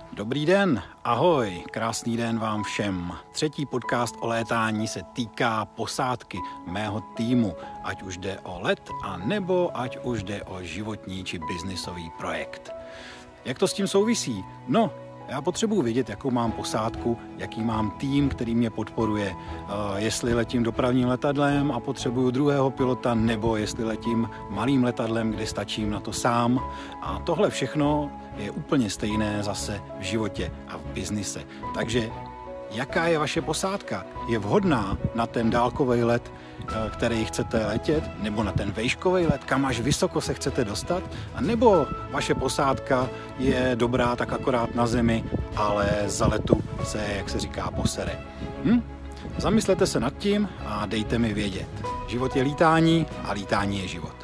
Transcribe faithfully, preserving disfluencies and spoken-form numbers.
Dobrý den, ahoj, krásný den vám všem. Třetí podcast o létání se týká posádky mého týmu, ať už jde o let, a nebo ať už jde o životní či biznisový projekt. Jak to s tím souvisí? No, já potřebuji vědět, jakou mám posádku, jaký mám tým, který mě podporuje, jestli letím dopravním letadlem a potřebuju druhého pilota, nebo jestli letím malým letadlem, kde stačím na to sám. A tohle všechno je úplně stejné zase v životě a v biznise. Takže jaká je vaše posádka? Je vhodná na ten dálkový let, který chcete letět, nebo na ten vejškový let, kam až vysoko se chcete dostat, a nebo vaše posádka je dobrá tak akorát na zemi, ale za letu se, jak se říká, posere. Hm? Zamyslete se nad tím a dejte mi vědět. Život je lítání a lítání je život.